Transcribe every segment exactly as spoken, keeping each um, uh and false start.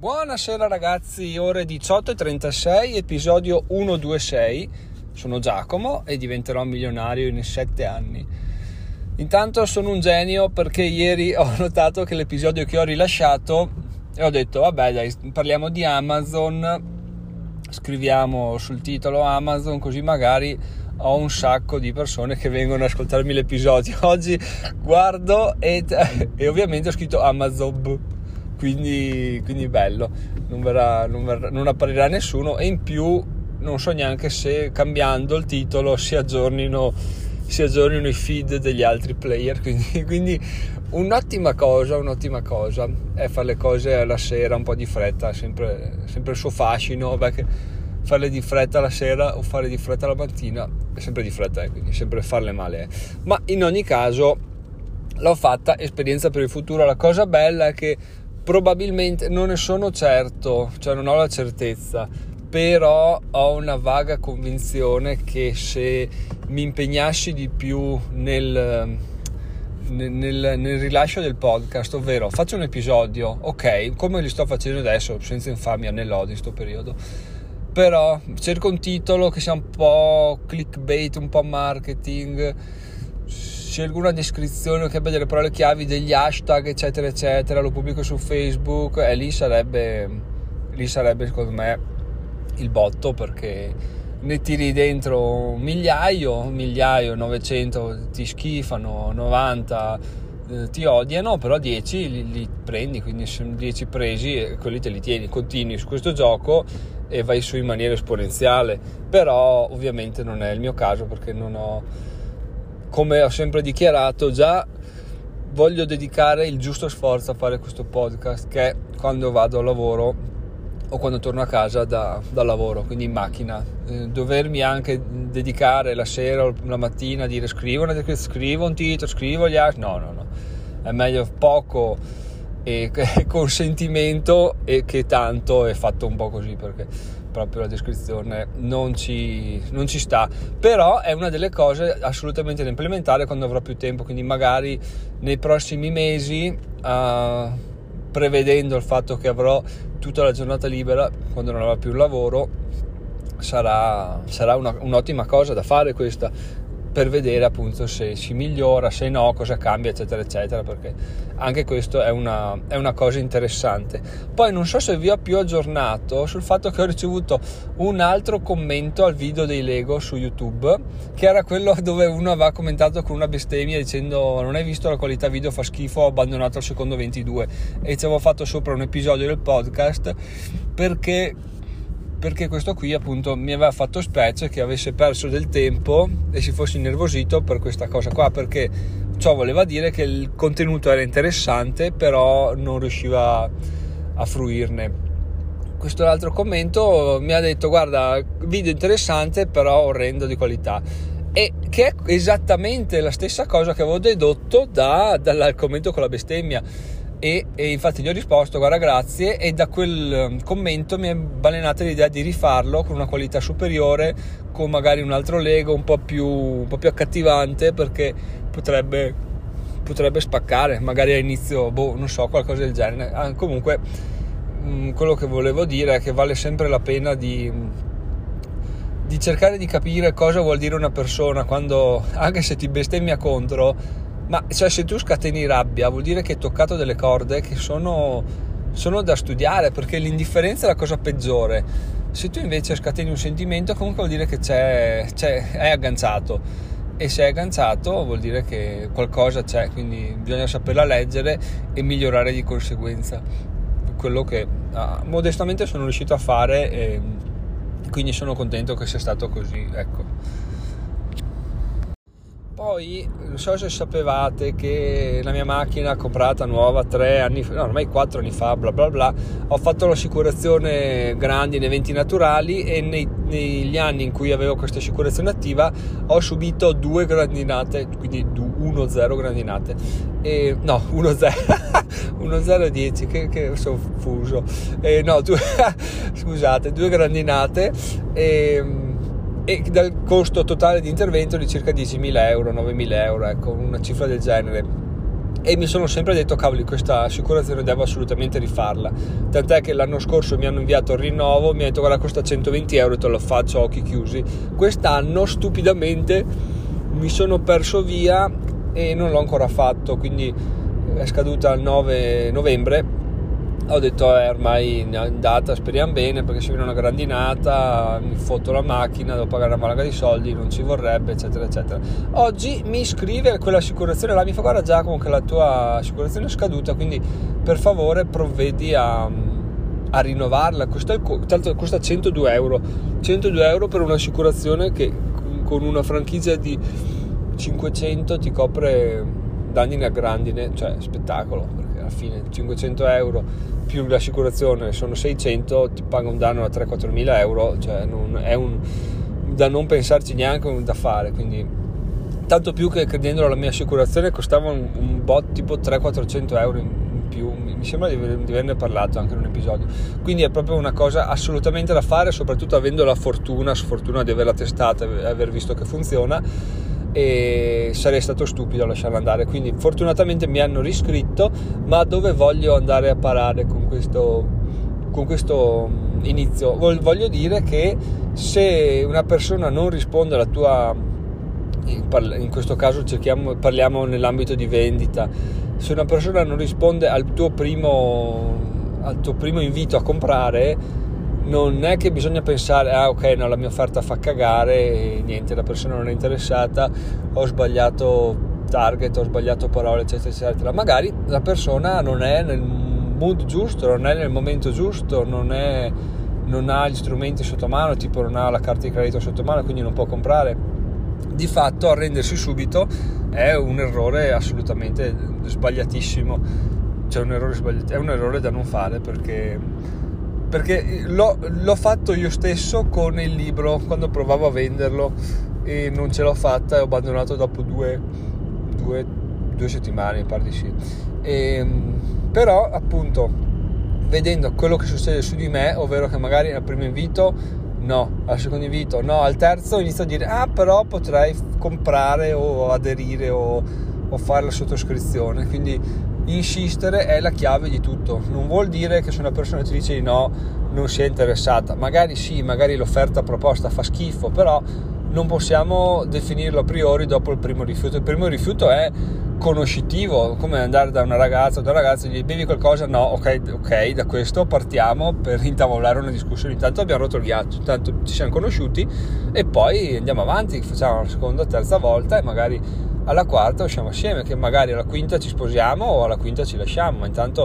Buonasera ragazzi, ore diciotto e trentasei, episodio centoventisei. Sono Giacomo e diventerò milionario in sette anni. Intanto sono un genio perché ieri ho notato che l'episodio che ho rilasciato e ho detto vabbè dai, parliamo di Amazon, scriviamo sul titolo Amazon, così magari ho un sacco di persone che vengono ad ascoltarmi l'episodio. Oggi guardo e, e ovviamente ho scritto Amazon. Quindi, quindi bello, non, verrà, non, verrà, non apparirà nessuno, e in più non so neanche se cambiando il titolo si aggiornino, si aggiornino i feed degli altri player, quindi, quindi un'ottima cosa, un'ottima cosa è fare le cose alla sera un po' di fretta, sempre, sempre il suo fascino, perché farle di fretta la sera o fare di fretta la mattina è sempre di fretta, eh, quindi sempre farle male, eh. Ma in ogni caso l'ho fatta, esperienza per il futuro. La cosa bella è che probabilmente non ne sono certo, cioè non ho la certezza, però ho una vaga convinzione che se mi impegnassi di più nel, nel, nel, nel rilascio del podcast, ovvero faccio un episodio, ok, come li sto facendo adesso, senza infamia né lodi in sto periodo, però cerco un titolo che sia un po' clickbait, un po' marketing, scelgo una descrizione che abbia delle parole chiavi, degli hashtag eccetera eccetera, lo pubblico su Facebook e lì sarebbe lì sarebbe secondo me il botto, perché ne tiri dentro un migliaio un migliaio novecento ti schifano, novanta eh, ti odiano, però dieci li, li prendi, quindi sono dieci presi e quelli te li tieni, continui su questo gioco e vai su in maniera esponenziale. Però ovviamente non è il mio caso, perché non ho, come ho sempre dichiarato, già voglio dedicare il giusto sforzo a fare questo podcast, che quando vado al lavoro o quando torno a casa da, dal lavoro, quindi in macchina, eh, dovermi anche dedicare la sera o la mattina a dire scrivo, una, scrivo un titolo, scrivo gli altri, no no no, è meglio poco e con sentimento e che tanto è fatto un po' così, perché proprio la descrizione non ci, non ci sta. Però è una delle cose assolutamente da implementare quando avrò più tempo, quindi magari nei prossimi mesi, uh, prevedendo il fatto che avrò tutta la giornata libera quando non avrò più il lavoro, sarà, sarà una, un'ottima cosa da fare questa, per vedere appunto se si migliora, se no, cosa cambia eccetera eccetera, perché anche questo è una, è una cosa interessante. Poi non so se vi ho più aggiornato sul fatto che ho ricevuto un altro commento al video dei Lego su YouTube, che era quello dove uno aveva commentato con una bestemmia dicendo non hai visto, la qualità video fa schifo, ho abbandonato al secondo ventidue, e ci avevo fatto sopra un episodio del podcast perché perché questo qui appunto mi aveva fatto specie che avesse perso del tempo e si fosse innervosito per questa cosa qua, perché ciò voleva dire che il contenuto era interessante però non riusciva a fruirne. Questo altro commento mi ha detto guarda, video interessante però orrendo di qualità, e che è esattamente la stessa cosa che avevo dedotto da, dal commento con la bestemmia. E, e infatti gli ho risposto guarda grazie, e da quel commento mi è balenata l'idea di rifarlo con una qualità superiore, con magari un altro Lego un po' più, un po' più accattivante, perché potrebbe, potrebbe spaccare magari all'inizio, boh, non so, qualcosa del genere. Ah, comunque mh, quello che volevo dire è che vale sempre la pena di, di cercare di capire cosa vuol dire una persona quando, anche se ti bestemmia contro, ma cioè se tu scateni rabbia vuol dire che hai toccato delle corde che sono, sono da studiare, perché l'indifferenza è la cosa peggiore. Se tu invece scateni un sentimento, comunque vuol dire che c'è, c'è, è agganciato, e se è agganciato vuol dire che qualcosa c'è, quindi bisogna saperla leggere e migliorare di conseguenza. Quello che ah, modestamente sono riuscito a fare, e quindi sono contento che sia stato così, ecco. Poi non so se sapevate che la mia macchina comprata nuova tre anni fa, no ormai quattro anni fa, bla bla bla, ho fatto l'assicurazione grandi in eventi naturali, e nei, negli anni in cui avevo questa assicurazione attiva ho subito due grandinate, quindi uno zero grandinate, e no uno zero uno zero dieci, che, che sono fuso, e no due, scusate, due grandinate, e e dal costo totale di intervento di circa diecimila euro, novemila euro, ecco, una cifra del genere. e mi sono sempre detto cavoli, questa assicurazione devo assolutamente rifarla, tant'è che l'anno scorso mi hanno inviato il rinnovo, mi hanno detto guarda costa centoventi euro, te lo faccio a occhi chiusi. Quest'anno stupidamente mi sono perso via e non l'ho ancora fatto, quindi è scaduta il nove novembre. Ho detto eh, ormai è andata, speriamo bene, perché se viene una grandinata mi fotto la macchina, devo pagare una valanga di soldi, non ci vorrebbe, eccetera eccetera. Oggi mi iscrive quell'assicurazione là, mi fa guarda Giacomo che la tua assicurazione è scaduta, quindi per favore provvedi a, a rinnovarla. Costa, tanto costa centodue euro centodue euro per un'assicurazione che con una franchigia di cinquecento ti copre danni a grandine, cioè spettacolo, perché alla fine cinquecento euro più l'assicurazione sono seicento, ti paga un danno da tre quattro mila euro, cioè non, è un da non pensarci neanche, un da fare. Quindi tanto più che credendolo alla mia assicurazione costava un, un bot tipo trecento quattrocento euro in più, mi sembra di, di averne parlato anche in un episodio. Quindi è proprio una cosa assolutamente da fare, soprattutto avendo la fortuna sfortuna di averla testata e aver visto che funziona, e sarei stato stupido a lasciarla andare. Quindi fortunatamente mi hanno riscritto, ma dove voglio andare a parare con questo con questo inizio? Voglio dire che se una persona non risponde alla tua, in questo caso cerchiamo, parliamo nell'ambito di vendita, se una persona non risponde al tuo primo al tuo primo invito a comprare, non è che bisogna pensare ah ok no, la mia offerta fa cagare e niente, la persona non è interessata, ho sbagliato target, ho sbagliato parole, eccetera eccetera. Magari la persona non è nel mood giusto, non è nel momento giusto, non è non ha gli strumenti sotto mano, tipo non ha la carta di credito sotto mano, quindi non può comprare. Di fatto arrendersi subito è un errore assolutamente sbagliatissimo, cioè un errore sbagliato, è un errore da non fare, perché perché l'ho, l'ho fatto io stesso con il libro quando provavo a venderlo e non ce l'ho fatta e ho abbandonato dopo due, due, due settimane, mi pare di sì. E, però appunto vedendo quello che succede su di me, ovvero che magari al primo invito no, al secondo invito no, al terzo inizio a dire ah però potrei comprare o aderire o, o fare la sottoscrizione. Quindi insistere è la chiave di tutto. Non vuol dire che se una persona ti dice di no non sia interessata, magari sì, magari l'offerta proposta fa schifo, però non possiamo definirlo a priori dopo il primo rifiuto. Il primo rifiuto è conoscitivo, come andare da una ragazza o da un ragazzo e gli bevi qualcosa, no, ok, ok, da questo partiamo per intavolare una discussione. Intanto abbiamo rotto il ghiaccio, intanto ci siamo conosciuti e poi andiamo avanti, facciamo la seconda, terza volta e magari alla quarta usciamo assieme, che magari alla quinta ci sposiamo o alla quinta ci lasciamo, ma intanto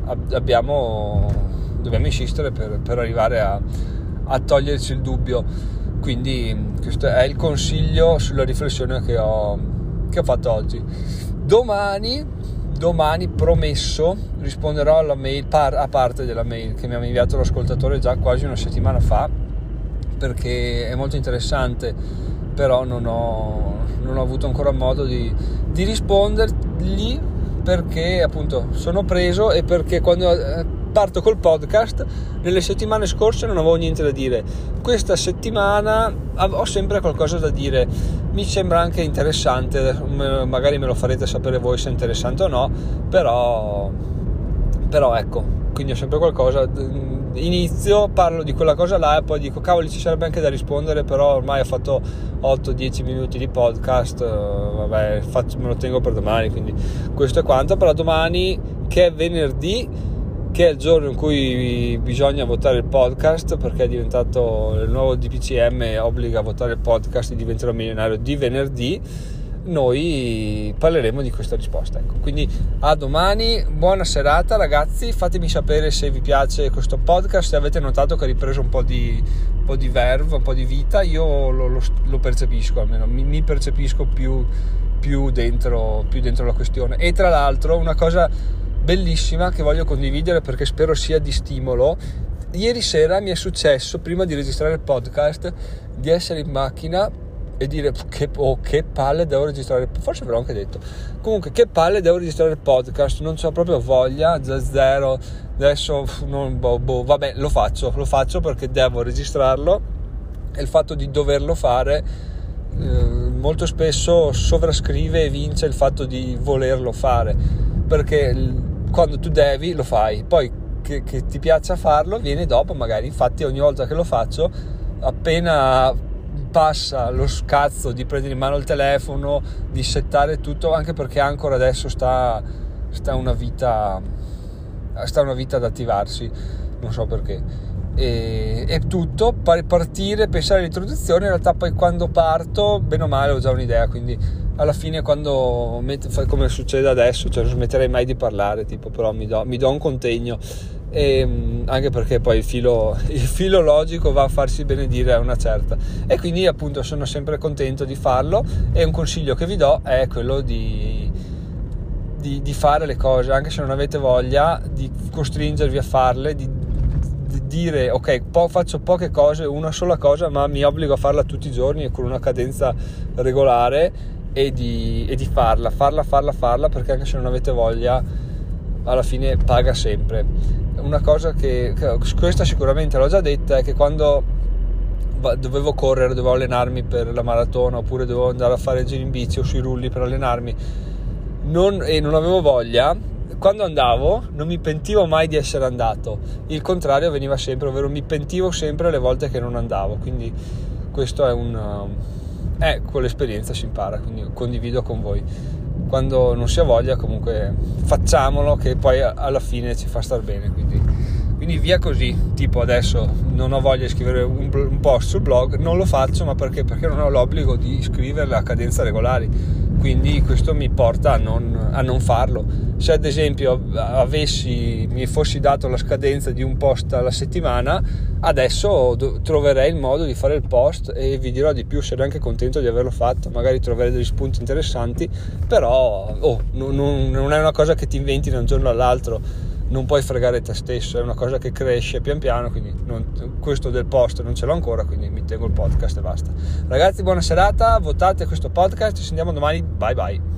abbiamo dobbiamo insistere per, per arrivare a, a toglierci il dubbio. Quindi questo è il consiglio sulla riflessione che ho, che ho fatto oggi. Domani, domani promesso, risponderò alla mail, par, a parte della mail che mi ha inviato l'ascoltatore già quasi una settimana fa, perché è molto interessante, però non ho, non ho avuto ancora modo di, di rispondergli, perché appunto sono preso e perché quando parto col podcast nelle settimane scorse non avevo niente da dire. Questa settimana ho sempre qualcosa da dire, mi sembra anche interessante, magari me lo farete sapere voi se è interessante o no, però però ecco, quindi ho sempre qualcosa. Inizio, parlo di quella cosa là e poi dico cavoli, ci sarebbe anche da rispondere, però ormai ho fatto otto dieci minuti di podcast, vabbè, faccio, me lo tengo per domani, quindi questo è quanto. Però domani, che è venerdì, che è il giorno in cui bisogna votare il podcast, perché è diventato il nuovo D P C M, obbliga a votare il podcast, diventerò milionario di venerdì, noi parleremo di questa risposta. Ecco, quindi a domani, buona serata ragazzi, fatemi sapere se vi piace questo podcast, se avete notato che ha ripreso un po' di, un po' di verve, un po' di vita. Io lo, lo, lo percepisco, almeno mi, mi percepisco più, più, dentro, più dentro la questione. E tra l'altro una cosa bellissima che voglio condividere, perché spero sia di stimolo: ieri sera mi è successo, prima di registrare il podcast, di essere in macchina e dire che, oh, che palle devo registrare, forse ve l'ho anche detto, comunque che palle devo registrare il podcast, non c'ho proprio voglia, zero, adesso non, boh, boh, vabbè, lo faccio, lo faccio perché devo registrarlo, e il fatto di doverlo fare eh, molto spesso sovrascrive e vince il fatto di volerlo fare, perché quando tu devi lo fai, poi che, che ti piaccia farlo viene dopo magari. Infatti ogni volta che lo faccio, appena passa lo scazzo di prendere in mano il telefono, di settare tutto, anche perché ancora adesso sta, sta una vita sta una vita ad attivarsi, non so perché, e, e tutto, partire, pensare all'introduzione, in realtà poi quando parto bene o male ho già un'idea, quindi alla fine quando come succede adesso, cioè non smetterei mai di parlare, tipo, però mi do, mi do un contegno, e anche perché poi il filo, il filo logico va a farsi benedire a una certa, e quindi appunto sono sempre contento di farlo. E un consiglio che vi do è quello di, di, di fare le cose, anche se non avete voglia, di costringervi a farle, di, di dire ok, po- faccio poche cose, una sola cosa, ma mi obbligo a farla tutti i giorni e con una cadenza regolare, e di, e di farla, farla, farla, farla, perché anche se non avete voglia, alla fine paga sempre. Una cosa che, che questa sicuramente l'ho già detta, è che quando dovevo correre, dovevo allenarmi per la maratona, oppure dovevo andare a fare giri in bici o sui rulli per allenarmi, non, e non avevo voglia, quando andavo non mi pentivo mai di essere andato, il contrario avveniva sempre, ovvero mi pentivo sempre le volte che non andavo. Quindi questo è un eh, con l'esperienza si impara, quindi condivido con voi. Quando non si ha voglia, comunque facciamolo, che poi alla fine ci fa star bene. Quindi, quindi via così. Tipo adesso non ho voglia di scrivere un, un post sul blog, non lo faccio, ma perché? Perché non ho l'obbligo di scriverle a cadenza regolari. Quindi questo mi porta a non, a non farlo. Se ad esempio avessi mi fossi dato la scadenza di un post alla settimana, adesso do, troverei il modo di fare il post, e vi dirò di più, sarei anche contento di averlo fatto, magari troverei degli spunti interessanti, però oh, non, non è una cosa che ti inventi da un giorno all'altro, non puoi fregare te stesso, è una cosa che cresce pian piano, quindi non, questo del post non ce l'ho ancora, quindi mi tengo il podcast e basta. Ragazzi, buona serata, votate questo podcast, ci sentiamo domani, bye bye.